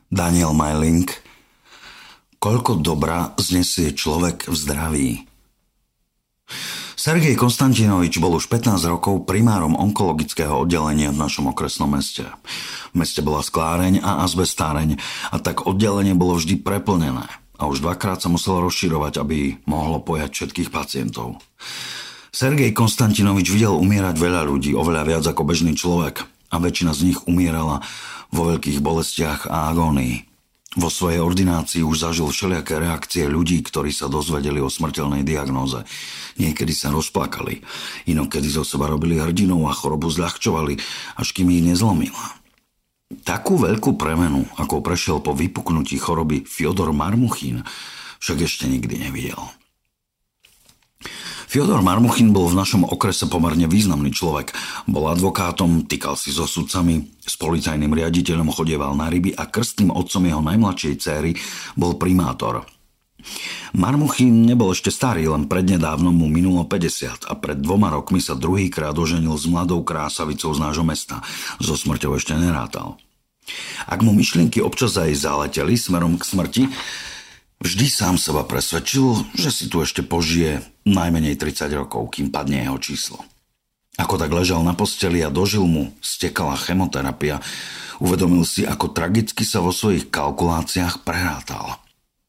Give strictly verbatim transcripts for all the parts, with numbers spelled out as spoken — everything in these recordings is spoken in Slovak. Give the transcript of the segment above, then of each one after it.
Daniel Majling. Koľko dobra znesie človek v zdraví? Sergej Konstantinovič bol už pätnásť rokov primárom onkologického oddelenia v našom okresnom meste. V meste bola skláreň a azbestáreň a tak oddelenie bolo vždy preplnené a už dvakrát sa muselo rozširovať, aby mohlo pojať všetkých pacientov. Sergej Konstantinovič videl umierať veľa ľudí, oveľa viac ako bežný človek a väčšina z nich umierala vo veľkých bolestiach a agónii. Vo svojej ordinácii už zažil všelijaké reakcie ľudí, ktorí sa dozvedeli o smrteľnej diagnóze. Niekedy sa rozplakali, inokedy zo seba robili hrdinou a chorobu zľahčovali, až kým ich nezlomila. Takú veľkú premenu, ako prešiel po vypuknutí choroby Fjodor Marmuchin, však ešte nikdy nevidel. Fjodor Marmuchin bol v našom okrese pomerne významný človek. Bol advokátom, týkal si so sudcami, s policajným riaditeľom chodieval na ryby a krstným otcom jeho najmladšej céry bol primátor. Marmuchin nebol ešte starý, len prednedávnom mu minulo päťdesiat a pred dvoma rokmi sa druhýkrát oženil s mladou krásavicou z nášho mesta. So smrťou ešte nerátal. Ak mu myšlienky občas aj zaleteli smerom k smrti, vždy sám seba presvedčil, že si tu ešte požije najmenej tridsať rokov, kým padne jeho číslo. Ako tak ležal na posteli a dožil mu stekala chemoterapia, uvedomil si, ako tragicky sa vo svojich kalkuláciách prerátal.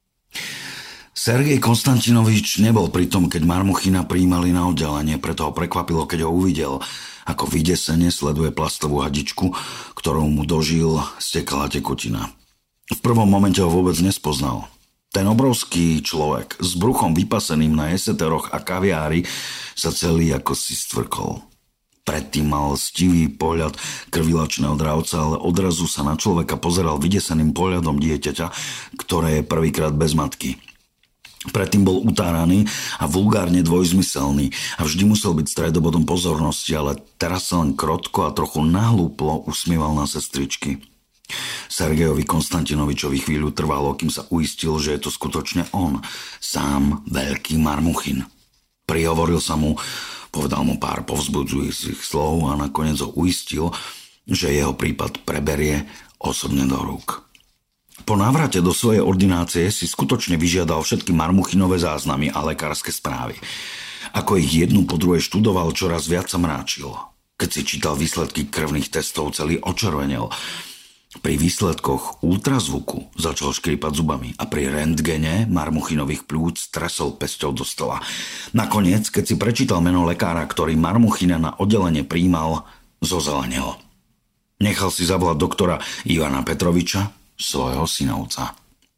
Sergej Konstantinovič nebol pri tom, keď Marmuchina prijímali na oddelenie, preto ho prekvapilo, keď ho uvidel, ako vydesene sleduje plastovú hadičku, ktorou mu dožil stekala tekutina. V prvom momente ho vôbec nespoznal. Ten obrovský človek s bruchom vypaseným na eseteroch a kaviári sa celý ako si stvrkol. Predtým mal stivý pohľad krvilačného dravca, ale odrazu sa na človeka pozeral vydeseným pohľadom dieťaťa, ktoré je prvýkrát bez matky. Predtým bol utáraný a vulgárne dvojzmyselný a vždy musel byť stredobodom pozornosti, ale teraz sa len krotko a trochu nahlúplo usmieval na sestričky. Sergejovi Konstantinovičovi chvíľu trvalo, kým sa uistil, že je to skutočne on, sám veľký Marmuchin. Prihovoril sa mu, povedal mu pár povzbudzujúcich slov a nakoniec ho uistil, že jeho prípad preberie osobne do rúk. Po návrate do svojej ordinácie si skutočne vyžiadal všetky Marmuchinové záznamy a lekárske správy. Ako ich jednu po druhej študoval, čoraz viac sa mráčil. Keď si čítal výsledky krvných testov, celý očervenel. Pri výsledkoch ultrazvuku začal škrípať zubami a pri rentgene Marmuchinových pľúc tresol pesťou do stola. Nakoniec, keď si prečítal meno lekára, ktorý Marmuchina na oddelenie prijímal, zozelenel. Nechal si zavolať doktora Ivana Petroviča, svojho synovca.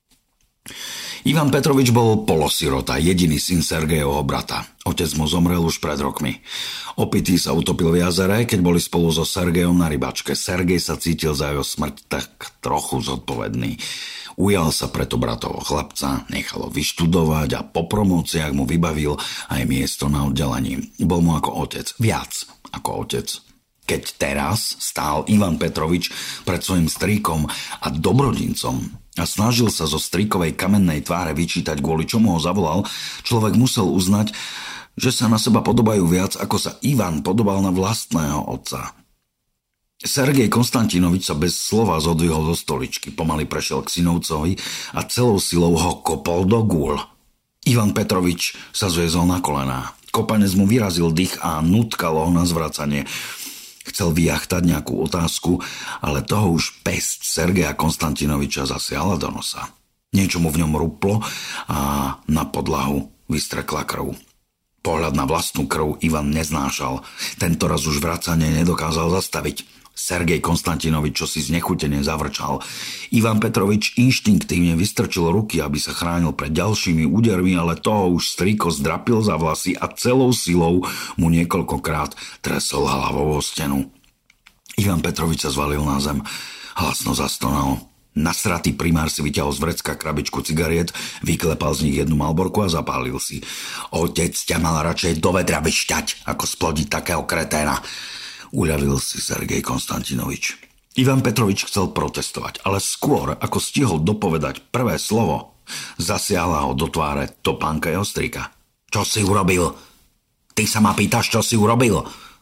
Ivan Petrovič bol polosirota, jediný syn Sergejovho brata. Otec mu zomrel už pred rokmi. Opitý sa utopil v jazere, keď boli spolu so Sergejom na rybačke. Sergej sa cítil za jeho smrť tak trochu zodpovedný. Ujal sa preto bratovho chlapca, nechal ho vyštudovať a po promóciách mu vybavil aj miesto na oddelení. Bol mu ako otec, viac ako otec. Keď teraz stál Ivan Petrovič pred svojim strýkom a dobrodincom a snažil sa zo strýkovej kamennej tváre vyčítať, kvôli čomu ho zavolal, človek musel uznať, že sa na seba podobajú viac, ako sa Ivan podobal na vlastného otca. Sergej Konstantinovič sa bez slova zodvihol zo stoličky, pomaly prešiel k synovcovi a celou silou ho kopol do gúľ. Ivan Petrovič sa zviezol na kolená. Kopanec mu vyrazil dých a nutkalo ho na zvracanie. Chcel vyjachtať nejakú otázku, ale toho už pesť Sergeja Konstantinoviča zasiala do nosa. Niečo mu v ňom ruplo a na podlahu vystrekla krv. Pohľad na vlastnú krv Ivan neznášal. Tentoraz už vracanie nedokázal zastaviť. Sergej Konstantinovič čosi znechutene zavrčal. Ivan Petrovič inštinktívne vystrčil ruky, aby sa chránil pred ďalšími údermi, ale toho už strýko zdrapil za vlasy a celou silou mu niekoľkokrát tresol hlavou o stenu. Ivan Petrovič sa zvalil na zem. Hlasno zastonal. Nasratý primár si vyťahol z vrecka krabičku cigariet, vyklepal z nich jednu Malborku a zapálil si. Otec ťa mal radšej do vedra vyšťať, ako splodiť takého kreténa. Uľavil si Sergej Konstantinovič. Ivan Petrovič chcel protestovať, ale skôr, ako stihol dopovedať prvé slovo, zasiahla ho do tváre topánka jeho strýka. Čo si urobil? Ty sa ma pýtaš, čo si urobil?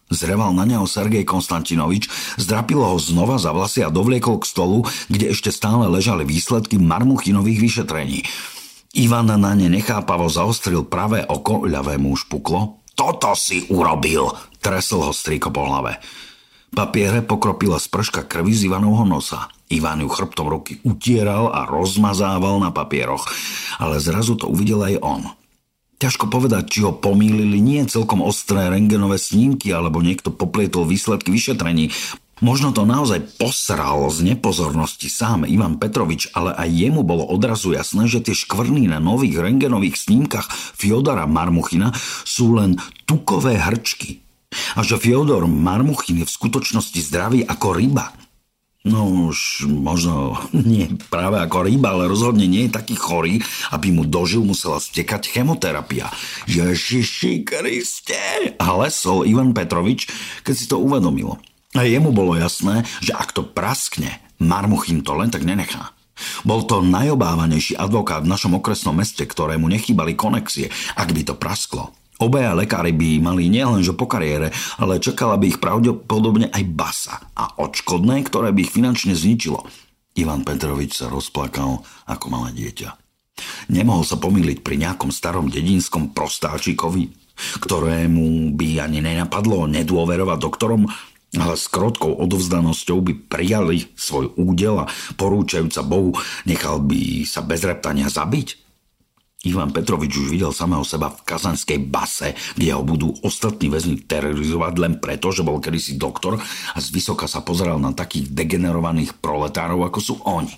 Zreval na neho Sergej Konstantinovič, zdrapil ho znova za vlasy a dovliekol k stolu, kde ešte stále ležali výsledky Marmuchinových vyšetrení. Ivan na ne nechápavo zaostril pravé oko, ľavé mu špuklo. Toto si urobil, tresol ho strýko po hlave. Papiere pokropila sprška krvi z Ivanovho nosa. Ivan ju chrbtom ruky utieral a rozmazával na papieroch, ale zrazu to uvidel aj on. Ťažko povedať, či ho pomýlili nie celkom ostré rentgenové snímky, alebo niekto poplietol výsledky vyšetrení. Možno to naozaj posral z nepozornosti sám Ivan Petrovič, ale aj jemu bolo odrazu jasné, že tie škvrny na nových rentgenových snímkach Fjodora Marmuchina sú len tukové hrčky. A že Fjodor Marmuchin je v skutočnosti zdravý ako ryba. No už možno nie práve ako ryba, ale rozhodne nie je taký chorý, aby mu dožil musela stekať chemoterapia. Ježiši Kriste! A lesol Ivan Petrovič, keď si to uvedomilo. A jemu bolo jasné, že ak to praskne, Marmuchin to len tak nenechá. Bol to najobávanejší advokát v našom okresnom meste, ktorému nechýbali konexie, ak by to prasklo. Obaja lekári by mali nielenže po kariére, ale čakala by ich pravdepodobne aj basa a odškodné, ktoré by ich finančne zničilo. Ivan Petrovič sa rozplakal ako malé dieťa. Nemohol sa pomýliť pri nejakom starom dedinskom prostáčikovi, ktorému by ani nenapadlo nedôverovať doktorom, ale s krotkou odovzdanosťou by prijali svoj údel a porúčajúca Bohu nechal by sa bez reptania zabiť. Ivan Petrovič už videl samého seba v kazanskej base, kde ho budú ostatní väzni terorizovať len preto, že bol kedysi doktor a zvysoka sa pozeral na takých degenerovaných proletárov, ako sú oni.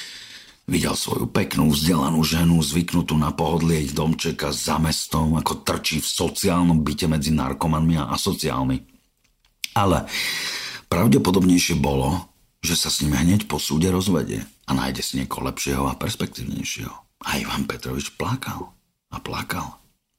Videl svoju peknú, vzdelanú ženu, zvyknutú na pohodlie ich domčeka za mestom, ako trčí v sociálnom byte medzi narkomanmi a asociálmi. Ale pravdepodobnejšie bolo, že sa s ním hneď po súde rozvedie a nájde si niekoho lepšieho a perspektívnejšieho. A Ivan Petrovič plakal a plakal.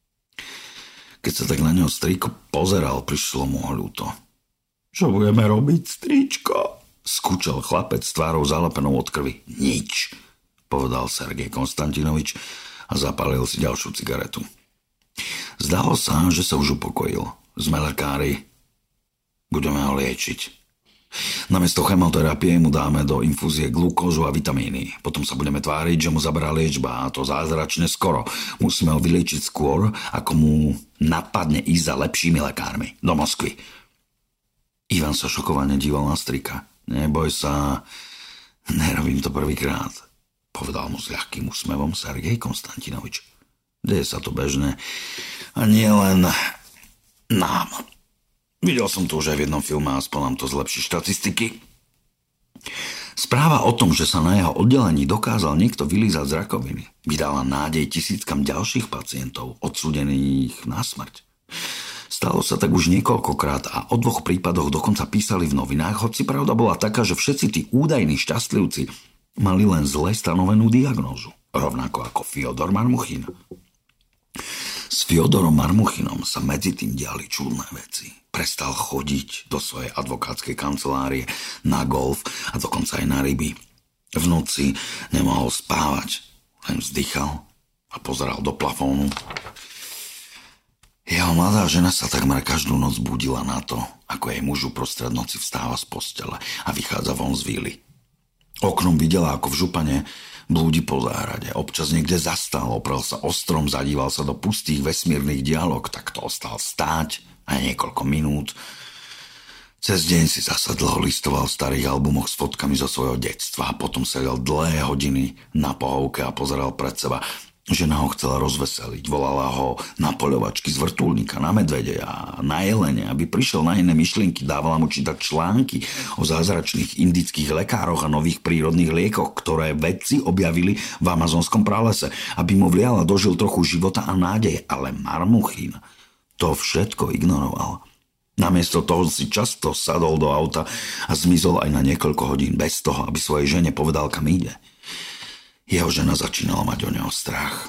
Keď sa tak na neho strýko pozeral, prišlo mu ľúto. Čo budeme robiť, strýčko? Skúčal chlapec s tvárou zalepenou od krvi. Nič, povedal Sergej Konstantinovič a zapálil si ďalšiu cigaretu. Zdalo sa, že sa už upokojil. Sme lekári. Budeme ho liečiť. Namiesto chemoterapie mu dáme do infúzie glukózu a vitamíny. Potom sa budeme tváriť, že mu zaberá liečba a to zázračne skoro. Musíme ho vyliečiť skôr, ako mu napadne ísť za lepšími lekármi. Do Moskvy. Ivan sa šokovane díval na strika. Neboj sa, nerobím to prvýkrát, povedal mu s ľahkým úsmevom Sergej Konstantinovič. Deje sa to bežne a nie len nám. Videl som to už aj v jednom filme, aspoň nám to zlepší štatistiky. Správa o tom, že sa na jeho oddelení dokázal niekto vylízať z rakoviny, vydala nádej tisíckam ďalších pacientov, odsúdených na smrť. Stalo sa tak už niekoľkokrát a o dvoch prípadoch dokonca písali v novinách, hoci pravda bola taká, že všetci tí údajní šťastlivci mali len zle stanovenú diagnózu, rovnako ako Fjodor Marmuchin. S Fjodorom Marmuchinom sa medzi tým diali čudné veci. Prestal chodiť do svojej advokátskej kancelárie na golf a dokonca aj na ryby. V noci nemohol spávať, len vzdychal a pozeral do plafónu. Jeho mladá žena sa takmer každú noc budila na to, ako jej mužu prostred noci vstáva z postele a vychádza von z víly. Oknom videla, ako v župane blúdi po záhrade. Občas niekde zastal, oprel sa o strom, zadíval sa do pustých vesmírnych dialog, tak to ostal stáť aj niekoľko minút. Cez deň si zasa dlho listoval v starých albumoch s fotkami zo svojho detstva a potom sedel dlhé hodiny na pohovke a pozeral pred seba. Žena ho chcela rozveseliť, volala ho na poľovačky z vrtuľníka, na medvede a na jelene, aby prišiel na iné myšlienky, dávala mu čítať články o zázračných indických lekároch a nových prírodných liekoch, ktoré vedci objavili v amazonskom pralese, aby mu vliala dožil trochu života a nádeje, ale Marmuchin to všetko ignoroval. Namiesto toho si často sadol do auta a zmizol aj na niekoľko hodín bez toho, aby svojej žene povedal, kam ide. Jeho žena začínala mať o neho strach.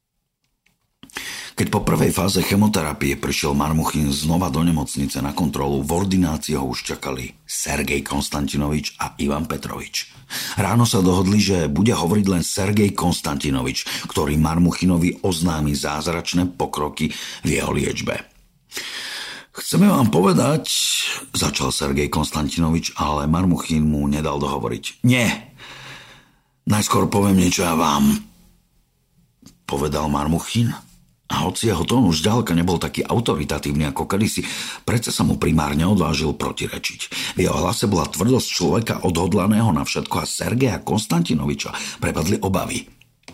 Keď po prvej fáze chemoterapie prišiel Marmuchin znova do nemocnice na kontrolu, v ordinácii ho už čakali Sergej Konstantinovič a Ivan Petrovič. Ráno sa dohodli, že bude hovoriť len Sergej Konstantinovič, ktorý Marmuchinovi oznámi zázračné pokroky v jeho liečbe. Chceme vám povedať, začal Sergej Konstantinovič, ale Marmuchin mu nedal dohovoriť. Nie, najskôr poviem niečo ja vám, povedal Marmuchin. A hoci jeho tón už ďaleka nebol taký autoritatívny ako kedysi, predsa sa mu primárne odvážil protirečiť. V jeho hlase bola tvrdosť človeka odhodlaného na všetko a Sergeja Konstantinoviča prepadli obavy.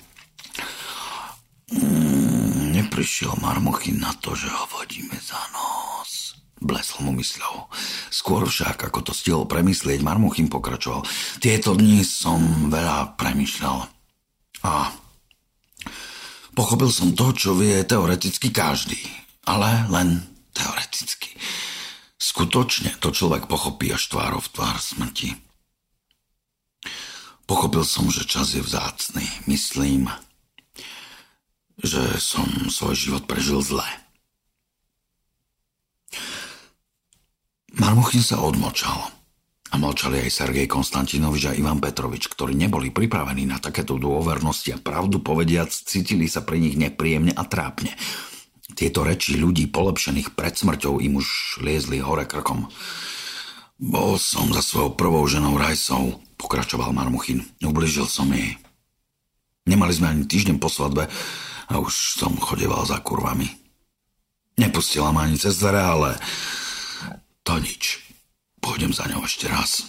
Mm, neprišiel Marmuchin na to, že ho vodíme za nos, blesol mu mysľou. Skôr však, ako to stihol premyslieť, Marmuchin pokračoval. Tieto dni som veľa premýšľal. A pochopil som to, čo vie teoreticky každý, ale len teoreticky. Skutočne to človek pochopí až tvárou v tvár smrti. Pochopil som, že čas je vzácny. Myslím, že som svoj život prežil zle. Marmuchin sa odmlčal. A mlčali aj Sergej Konstantinovič a Ivan Petrovič, ktorí neboli pripravení na takéto dôvernosti a pravdu povediac, cítili sa pri nich nepríjemne a trápne. Tieto reči ľudí polepšených pred smrťou im už liezli hore krkom. Bol som za svojou prvou ženou Rajsou, pokračoval Marmuchin. Ubližil som jej. Nemali sme ani týždeň po svadbe a už som chodeval za kurvami. Nepustila ma ani cez dvere, ale to nič. Pôjdem za ňou ešte raz.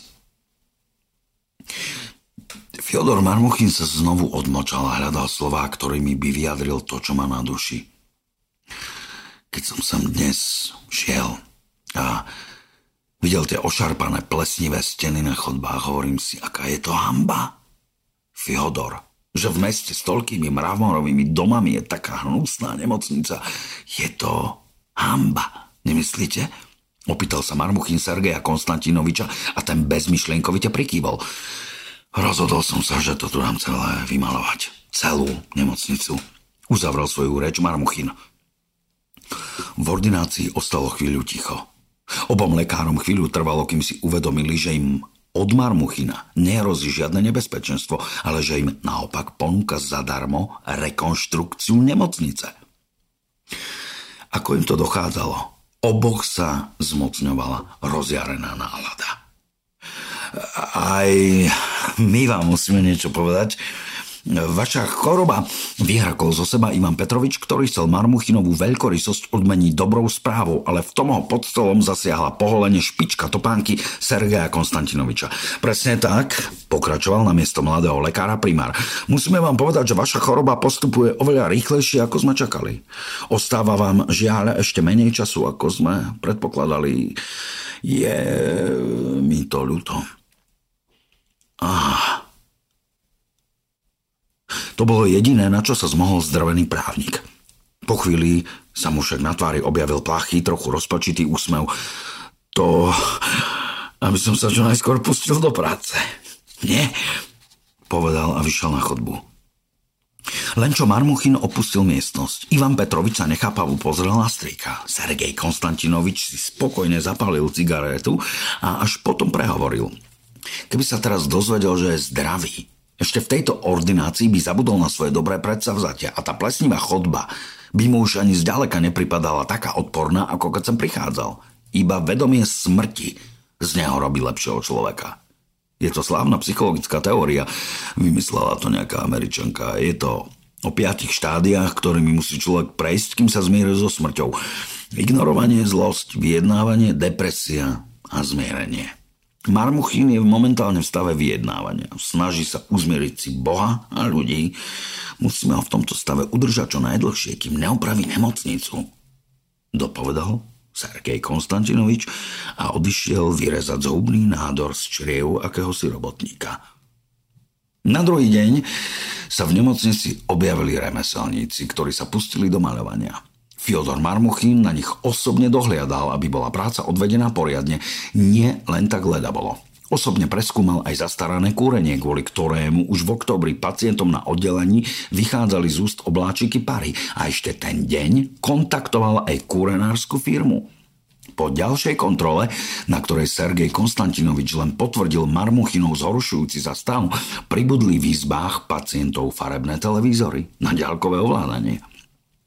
Fyodor Marmuchin sa znovu odmlčal a hľadal slová, ktorými by vyjadril to, čo má na duši. Keď som sem dnes šiel a videl tie ošarpané plesnivé steny na chodbách, hovorím si, aká je to hanba. Fyodor, že v meste s toľkými mramorovými domami je taká hnusná nemocnica. Je to hanba, nemyslíte? Opýtal sa Marmuchin Sergeja Konstantinoviča a ten bezmyšlienkovite prikývol. Rozhodol som sa, že to tu dám celé vymalovať. Celú nemocnicu. Uzavrel svoju reč Marmuchin. V ordinácii ostalo chvíľu ticho. Obom lekárom chvíľu trvalo, kým si uvedomili, že im od Marmuchina nehrozí žiadne nebezpečenstvo, ale že im naopak ponúka zadarmo rekonštrukciu nemocnice. Ako im to dochádzalo, oboch sa zmocňovala rozjarená nálada. Aj my vám musíme niečo povedať. Vaša choroba, vyhrakol zo seba Ivan Petrovič, ktorý chcel Marmuchinovú veľkorysosť odmeniť dobrou správou, ale v tom ho pod stolom zasiahla poholenie špička topánky Sergeja Konstantinoviča. Presne tak, pokračoval na miesto mladého lekára primár. Musíme vám povedať, že vaša choroba postupuje oveľa rýchlejšie, ako sme čakali. Ostáva vám žiaľ ešte menej času, ako sme predpokladali. Je mi to ľúto. Ah... To bolo jediné, na čo sa zmohol zdrvený právnik. Po chvíli sa mu však na tvári objavil plachý, trochu rozpačitý úsmev. To, aby som sa čo najskôr pustil do práce. Nie, povedal a vyšiel na chodbu. Len čo Marmuchin opustil miestnosť, Ivan Petrovič sa nechápavo pozrel na strýka. Sergej Konstantinovič si spokojne zapálil cigaretu a až potom prehovoril. Keby sa teraz dozvedel, že je zdravý, ešte v tejto ordinácii by zabudol na svoje dobré predsavzatia a tá plesnivá chodba by mu už ani zďaleka nepripadala taká odporná, ako keď som prichádzal. Iba vedomie smrti z neho robí lepšieho človeka. Je to slávna psychologická teória, vymyslela to nejaká Američanka. Je to o piatich štádiách, ktorými musí človek prejsť, kým sa zmierí so smrťou. Ignorovanie, zlosť, vyjednávanie, depresia a zmierenie. Marmuchin je momentálne v stave vyjednávania. Snaží sa uzmieriť si Boha a ľudí. Musíme ho v tomto stave udržať čo najdlhšie, kým neopraví nemocnicu. Dopovedal Sergej Konstantinovič a odišiel vyrezať zhubný nádor z čriev akéhosi robotníka. Na druhý deň sa v nemocnici objavili remeselníci, ktorí sa pustili do maľovania. Fyodor Marmuchin na nich osobne dohliadal, aby bola práca odvedená poriadne, nie len tak leda bolo. Osobne preskúmal aj zastarané kúrenie, kvôli ktorému už v októbri pacientom na oddelení vychádzali z úst obláčiky pary a ešte ten deň kontaktoval aj kúrenársku firmu. Po ďalšej kontrole, na ktorej Sergej Konstantinovič len potvrdil Marmuchinov zhoršujúci sa stav, pribudli v izbách pacientov farebné televízory na ďalkové ovládanie.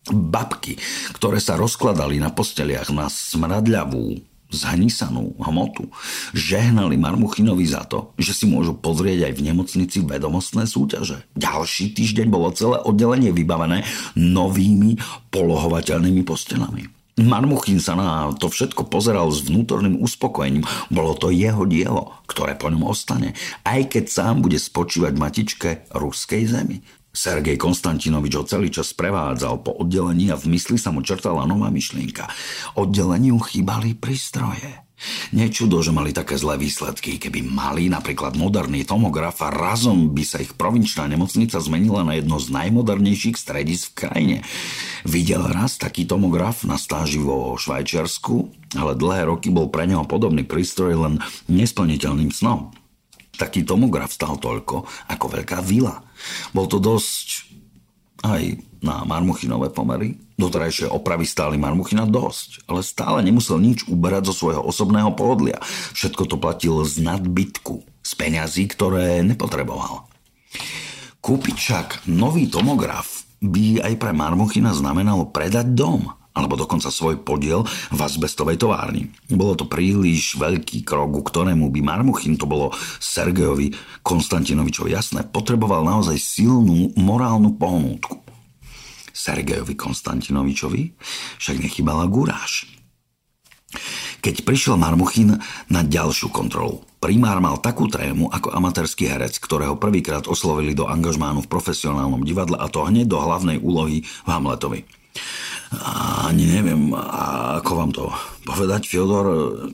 Babky, ktoré sa rozkladali na posteliach na smradľavú, zhnisanú hmotu, žehnali Marmuchinovi za to, že si môžu pozrieť aj v nemocnici vedomostné súťaže. Ďalší týždeň bolo celé oddelenie vybavené novými polohovateľnými postelami. Marmuchin sa na to všetko pozeral s vnútorným uspokojením. Bolo to jeho dielo, ktoré po ňom ostane, aj keď sám bude spočívať v matičke ruskej zemi. Sergej Konstantinovič ho celý čas prevádzal po oddelení a v mysli sa mu črtala nová myšlienka. Oddeleniu chýbali prístroje. Nečudo, že mali také zlé výsledky. Keby mali napríklad moderný tomograf a razom by sa ich provinčná nemocnica zmenila na jedno z najmodernejších stredísk v krajine. Videl raz taký tomograf na stáži vo Švajčiarsku, ale dlhé roky bol pre neho podobný prístroj len nesplniteľným snom. Taký tomograf stal toľko ako veľká vila. Bol to dosť aj na Marmuchinové pomery. Doterajšie opravy stáli Marmuchina dosť, ale stále nemusel nič uberať zo svojho osobného pohodlia. Všetko to platil z nadbytku, z peňazí, ktoré nepotreboval. Kúpiť však nový tomograf by aj pre Marmuchina znamenalo predať dom, alebo dokonca svoj podiel v azbestovej továrni. Bolo to príliš veľký krok, ku ktorému by Marmuchin, to bolo Sergejovi Konstantinovičovi jasné, potreboval naozaj silnú morálnu pohnútku. Sergejovi Konstantinovičovi však nechybala guráž. Keď prišiel Marmuchin na ďalšiu kontrolu, primár mal takú trému ako amatérsky herec, ktorého prvýkrát oslovili do angažmánu v profesionálnom divadle, a to hneď do hlavnej úlohy v Hamletovi. Ani neviem, ako vám to povedať, Fiodor.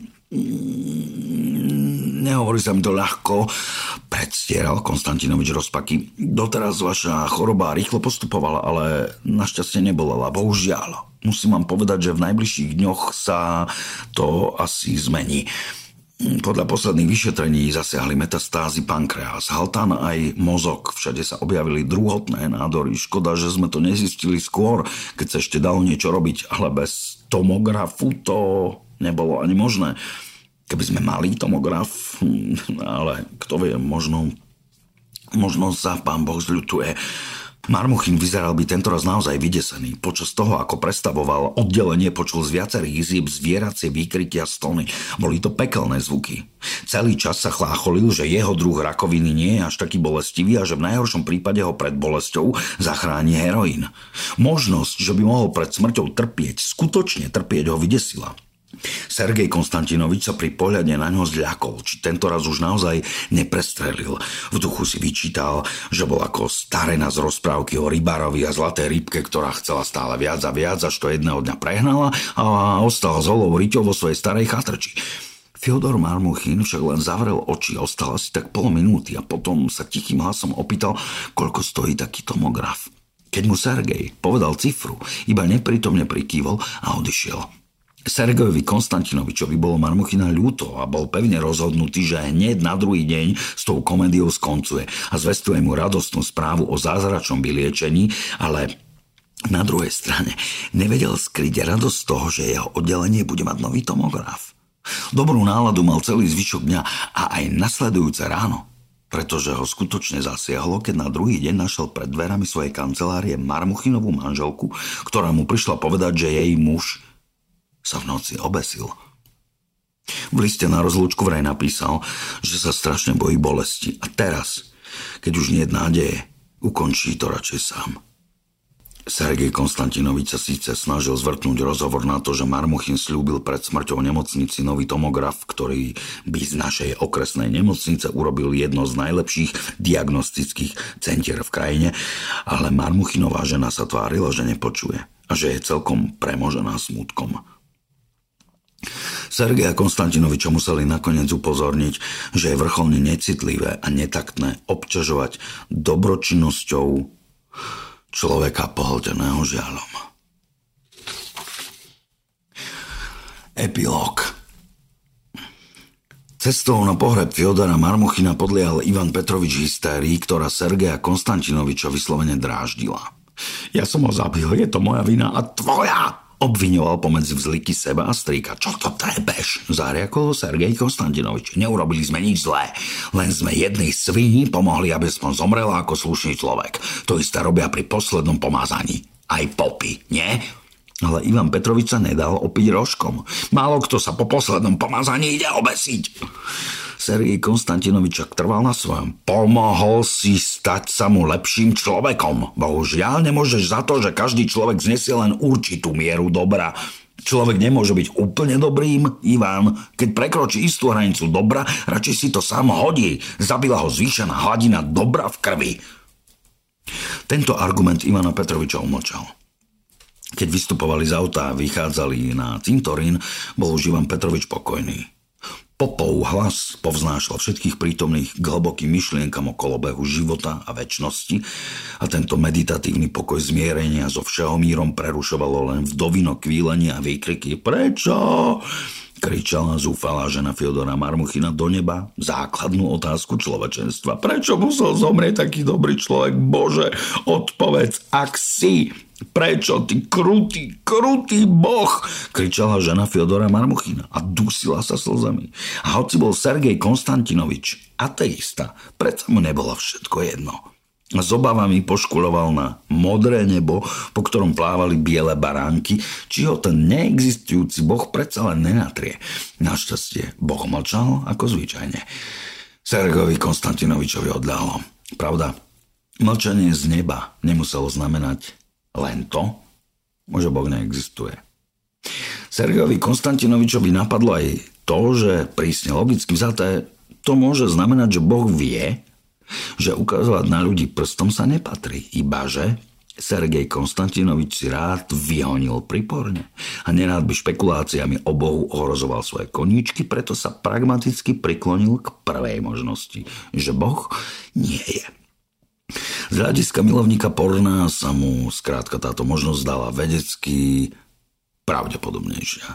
Nehovorí sa mi to ľahko, predstieral Konstantinovič rozpaky. Doteraz vaša choroba rýchlo postupovala, ale našťastie nebolela. Bohužiaľ. Musím vám povedať, že v najbližších dňoch sa to asi zmení. Podľa posledných vyšetrení zasiahli metastázy pankreas, haltán aj mozog. Všade sa objavili druhotné nádory. Škoda, že sme to nezistili skôr, keď sa ešte dalo niečo robiť, ale bez tomografu to nebolo ani možné. Keby sme mali tomograf, ale kto vie, možno, možno sa pán Boh zľutuje. Marmuchin vyzeral by tentoraz naozaj vydesený. Počas toho, ako predstavoval oddelenie, počul z viacerých izieb zvieracie výkriky a stony. Boli to pekelné zvuky. Celý čas sa chlácholil, že jeho druh rakoviny nie je až taký bolestivý a že v najhoršom prípade ho pred bolesťou zachráni heroín. Možnosť, že by mohol pred smrťou trpieť, skutočne trpieť, ho vydesila. Sergej Konstantinovič sa pri pohľade na ňo zľakol, či tentoraz už naozaj neprestrelil. V duchu si vyčítal, že bol ako starena z rozprávky o rybárovi a zlatej rybke, ktorá chcela stále viac a viac, až to jedného dňa prehnala a ostala s holou riťou vo svojej starej chatrči. Fiodor Marmuchin však len zavrel oči a ostal asi tak pol minúty a potom sa tichým hlasom opýtal, koľko stojí taký tomograf. Keď mu Sergej povedal cifru, iba neprítomne prikývol a odišiel. Sergejovi Konstantinovičovi bolo Marmuchina ľúto a bol pevne rozhodnutý, že hneď na druhý deň s tou komédiou skoncuje a zvestuje mu radostnú správu o zázračnom vyliečení, ale na druhej strane nevedel skryť radosť z toho, že jeho oddelenie bude mať nový tomograf. Dobrú náladu mal celý zvyšok dňa a aj nasledujúce ráno, pretože ho skutočne zasiahlo, keď na druhý deň našiel pred dverami svojej kancelárie Marmuchinovú manželku, ktorá mu prišla povedať, že jej muž sa v noci obesil. V liste na rozlúčku vraj napísal, že sa strašne bojí bolesti a teraz, keď už nie je nádeje, ukončí to radšej sám. Sergej Konstantinovič sa síce snažil zvrtnúť rozhovor na to, že Marmuchin sľúbil pred smrťou nemocnici nový tomograf, ktorý by z našej okresnej nemocnice urobil jedno z najlepších diagnostických centier v krajine, ale Marmuchinová žena sa tvárila, že nepočuje a že je celkom premožená smútkom. Sergeja Konstantinoviča museli nakoniec upozorniť, že je vrcholne necitlivé a netaktné obťažovať dobročinnosťou človeka pohlteného žiaľom. Epilóg. Cestou na pohreb Fiodora Marmuchina podliehal Ivan Petrovič hystérii, ktorá Sergeja Konstantinoviča vyslovene dráždila. Ja som ho zabil, je to moja vina a tvoja! Obviňoval pomedzi vzliky seba a strýka. Čo to trebeš? Zariakol Sergej Konstantinovič. Neurobili sme nič zlé. Len sme jednej svini pomohli, aby som zomrela ako slušný človek. To isté robia pri poslednom pomázaní. aj popy, nie? Ale Ivan Petrovič sa nedal opiť rožkom. Málo kto sa po poslednom pomazaní ide obesiť. Sergej Konstantinovič však trval na svojom. Pomohol si stať sa mu lepším človekom. Bohužiaľ nemôžeš za to, že každý človek znesie len určitú mieru dobra. Človek nemôže byť úplne dobrým, Ivan. Keď prekročí istú hranicu dobra, radšej si to sám hodí. Zabila ho zvýšená hladina dobra v krvi. Tento argument Ivana Petroviča umlčal. Keď vystupovali z auta a vychádzali na cintorín, bol už Ivan Petrovič pokojný. Popov hlas povznášal všetkých prítomných k hlbokým myšlienkam o kolobehu života a večnosti a tento meditatívny pokoj zmierenia so všehomírom prerušovalo len vdovino kvílenie a výkriky Prečo? Kričala zúfalá žena Fiodora Marmuchina do neba základnú otázku človečenstva. Prečo musel zomrieť taký dobrý človek? Bože, odpovedz, ak si... Prečo, ty krutý, krutý boh? Kričala žena Fiodora Marmuchina a dusila sa slzami. A hoci bol Sergej Konstantinovič ateista, predsa mu nebolo všetko jedno. S obavami poškuľoval na modré nebo, po ktorom plávali biele baránky, či ho ten neexistujúci boh predsa len nenatrie. Našťastie boh mlčal ako zvyčajne. Sergejovi Konstantinovičovi odľahlo. Pravda, mlčanie z neba nemuselo znamenať len to, že Boh neexistuje. Sergejovi Konstantinovičovi napadlo aj to, že prísne logicky vzaté to môže znamenať, že Boh vie, že ukazovať na ľudí prstom sa nepatrí, ibaže Sergej Konstantinovič si rád vyhonil priporne a nerád by špekuláciami o Bohu ohrozoval svoje koníčky, preto sa pragmaticky priklonil k prvej možnosti, že Boh nie je. Z hľadiska milovníka porna sa mu skrátka táto možnosť zdala vedecky pravdepodobnejšia.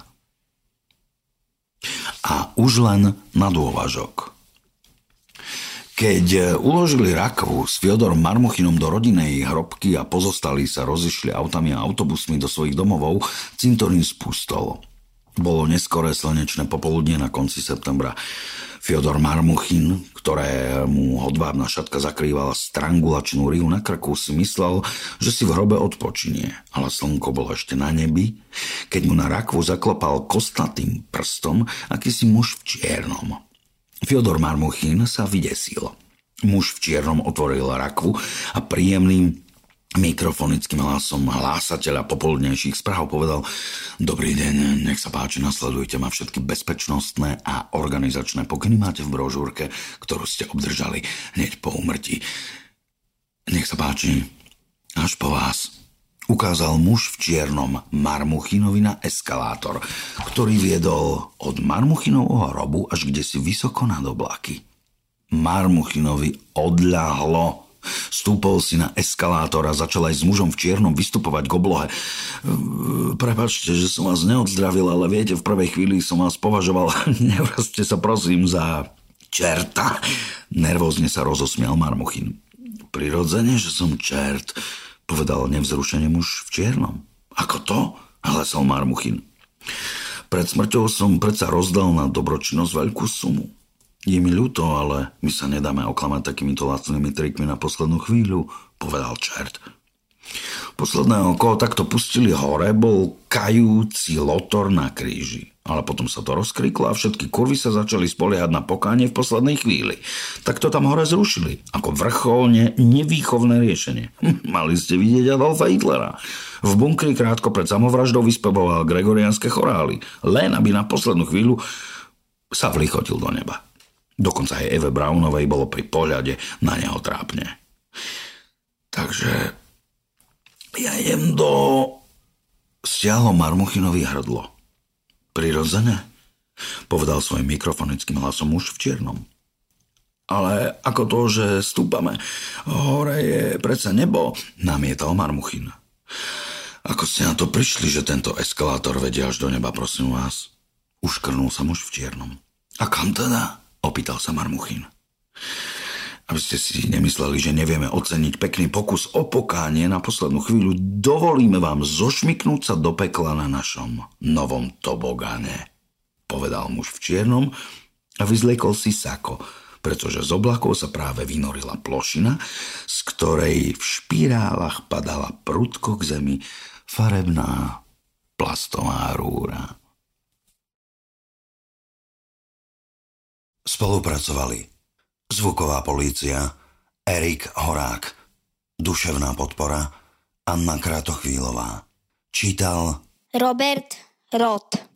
A už len na dôvažok. Keď uložili rakvu s Fiodorom Marmuchinom do rodinnej hrobky a pozostali sa rozišli autami a autobusmi do svojich domovov, cintorín spustol. Bolo neskoré slnečné popoludnie na konci septembra. Fiodor Marmuchin, ktorému hodvábna šatka zakrývala strangulačnú riu na krku, si myslel, že si v hrobe odpočinie, ale slnko bolo ešte na nebi, keď mu na rakvu zaklopal kostnatým prstom akýsi muž v čiernom. Fiodor Marmuchin sa vydesil. Muž v čiernom otvoril rakvu a príjemným mikrofonickým hlasom hlásateľa popoludnejších správ povedal: Dobrý deň, nech sa páči, nasledujte ma, všetky bezpečnostné a organizačné pokyny máte v brožúrke, ktorú ste obdržali hneď po úmrtí. Nech sa páči, až po vás. Ukázal muž v čiernom Marmuchinovi na eskalátor, ktorý viedol od Marmuchinovho hrobu až kdesi vysoko nad oblaky. Marmuchinovi odľahlo. Stúpol si na eskalátor a začal aj s mužom v čiernom vystupovať k oblohe. Prepáčte, že som vás neodzdravil, ale viete, v prvej chvíli som vás považoval. Nevrazte sa prosím za čerta. Nervózne sa rozosmial Marmuchin. Prirodzene, že som čert, povedal nevzrušene muž v čiernom. Ako to? Hlesal Marmuchin. Pred smrťou som predsa rozdal na dobročinnosť veľkú sumu. Je mi ľúto, ale my sa nedáme oklamať takýmito lacnými trikmi na poslednú chvíľu, povedal čert. Posledného, koho takto pustili hore, bol kajúci lotor na kríži. Ale potom sa to rozkriklo a všetky kurvy sa začali spoliehať na pokánie v poslednej chvíli. Tak to tam hore zrušili, ako vrcholne nevýchovné riešenie. Mali ste vidieť Adolfa Hitlera. V bunkri krátko pred samovraždou vyspevoval gregoriánske chorály, len aby na poslednú chvíľu sa vlichotil do neba. Dokonca aj Eve Braunovej bolo pri pohľade na neho trápne. Takže ja idem do... Stiahlo Marmuchinovi hrdlo. Prirodzene, povedal svojim mikrofonickým hlasom muž v čiernom. Ale ako to, že stúpame? Hore je predsa nebo, namietal Marmuchin. Ako ste na to prišli, že tento eskalátor vedie až do neba, prosím vás? Uškrnul sa muž v čiernom. A kam teda? Opýtal sa Marmuchin. Aby ste si nemysleli, že nevieme oceniť pekný pokus o pokánie na poslednú chvíľu, dovolíme vám zošmyknúť sa do pekla na našom novom tobogáne, povedal muž v čiernom a vyzliekol si sako. pretože z oblakov sa práve vynorila plošina, z ktorej v špirálach padala prudko k zemi farebná plastová rúra. Spolupracovali zvuková polícia, Erik Horák, duševná podpora, Anna Kratochvílová. Čítal Robert Roth.